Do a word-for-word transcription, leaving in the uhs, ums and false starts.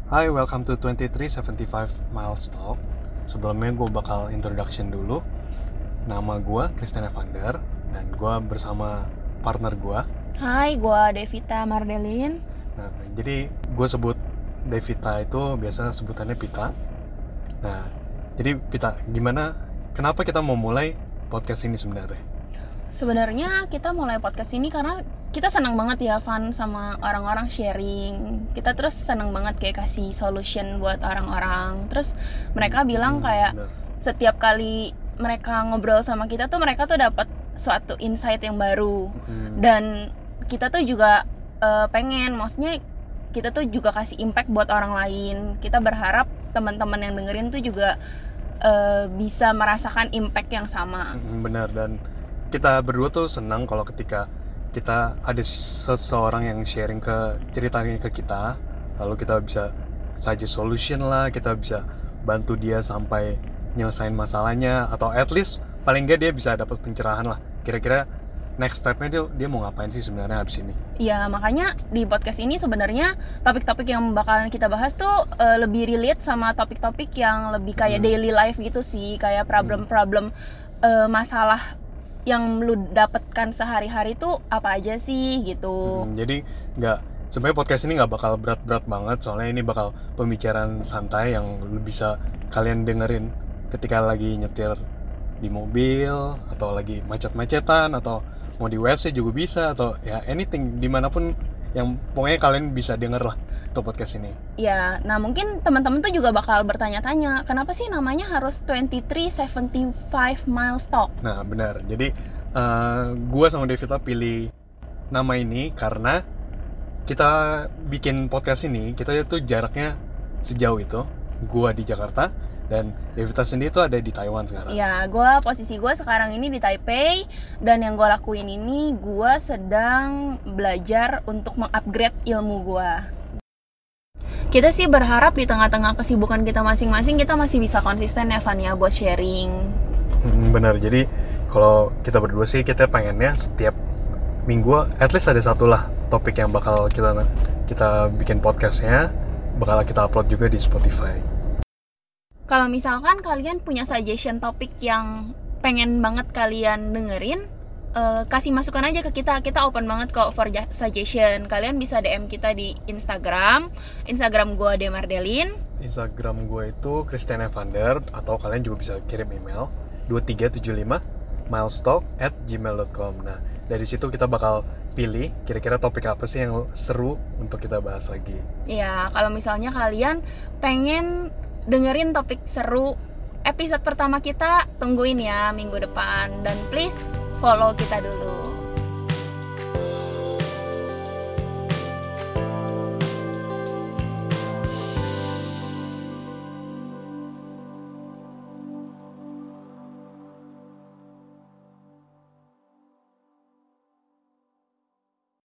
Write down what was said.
Hi, welcome to twenty-three seventy-five Miles Talk. Sebelumnya gue bakal introduction dulu. Nama gue Christian Evander dan gue bersama partner gue. Hai, gue Devita Mardelin. Nah, jadi gue sebut Devita itu biasa sebutannya Pita. Nah, jadi Pita, gimana? Kenapa kita mau mulai podcast ini sebenarnya? Sebenarnya kita mulai podcast ini karena kita senang banget ya fun sama orang-orang sharing. Kita terus senang banget kayak kasih solution buat orang-orang. Terus mereka bilang Hmm, kayak benar. setiap kali mereka ngobrol sama kita tuh mereka tuh dapat suatu insight yang baru. Hmm. Dan kita tuh juga uh, pengen, maksudnya kita tuh juga kasih impact buat orang lain. Kita berharap teman-teman yang dengerin tuh juga uh, bisa merasakan impact yang sama. Hmm, benar, dan kita berdua tuh senang kalau ketika kita ada seseorang yang sharing ke ceritanya ke kita, lalu kita bisa suggest solution lah, kita bisa bantu dia sampai nyelesain masalahnya, atau at least paling nggak dia bisa dapat pencerahan lah. Kira-kira next stepnya dia dia mau ngapain sih sebenarnya habis ini? Ya makanya di podcast ini sebenarnya topik-topik yang bakalan kita bahas tuh uh, lebih relate sama topik-topik yang lebih kayak Hmm. daily life gitu sih, kayak problem-problem uh, masalah yang lu dapatkan sehari-hari tuh apa aja sih gitu. Hmm, jadi nggak, sebenarnya podcast ini nggak bakal berat-berat banget, soalnya ini bakal pembicaraan santai yang lu bisa kalian dengerin ketika lagi nyetir di mobil, atau lagi macet-macetan, atau mau di W C juga bisa, atau ya anything, dimanapun yang pokoknya kalian bisa denger lah untuk podcast ini. Ya, nah mungkin teman-teman tuh juga bakal bertanya-tanya, kenapa sih namanya harus twenty-three seventy-five Miles Talk? Nah benar, jadi uh, gue sama Devita pilih nama ini karena kita bikin podcast ini, kita itu jaraknya sejauh itu. Gue di Jakarta dan Devita sendiri tuh ada di Taiwan sekarang. Ya, gue posisi gue sekarang ini di Taipei, dan yang gue lakuin ini gue sedang belajar untuk mengupgrade ilmu gue. Kita sih berharap di tengah-tengah kesibukan kita masing-masing kita masih bisa konsisten ya Van ya buat sharing. Hmm, benar, jadi kalau kita berdua sih kita pengennya setiap minggu at least ada satu lah topik yang bakal kita kita bikin podcastnya, bakal kita upload juga di Spotify. Kalau misalkan kalian punya suggestion topik yang pengen banget kalian dengerin, uh, kasih masukan aja ke kita. Kita open banget kok for suggestion. Kalian bisa D M kita di Instagram. Instagram gue Demardelin. Instagram gue itu Christian Evander, atau kalian juga bisa kirim email dua tiga tujuh lima milestalk at gmail dot com. Nah, dari situ kita bakal pilih kira-kira topik apa sih yang seru untuk kita bahas lagi. Ya, kalau misalnya kalian pengen dengerin topik seru episode pertama kita, tungguin ya minggu depan. Dan please follow kita dulu.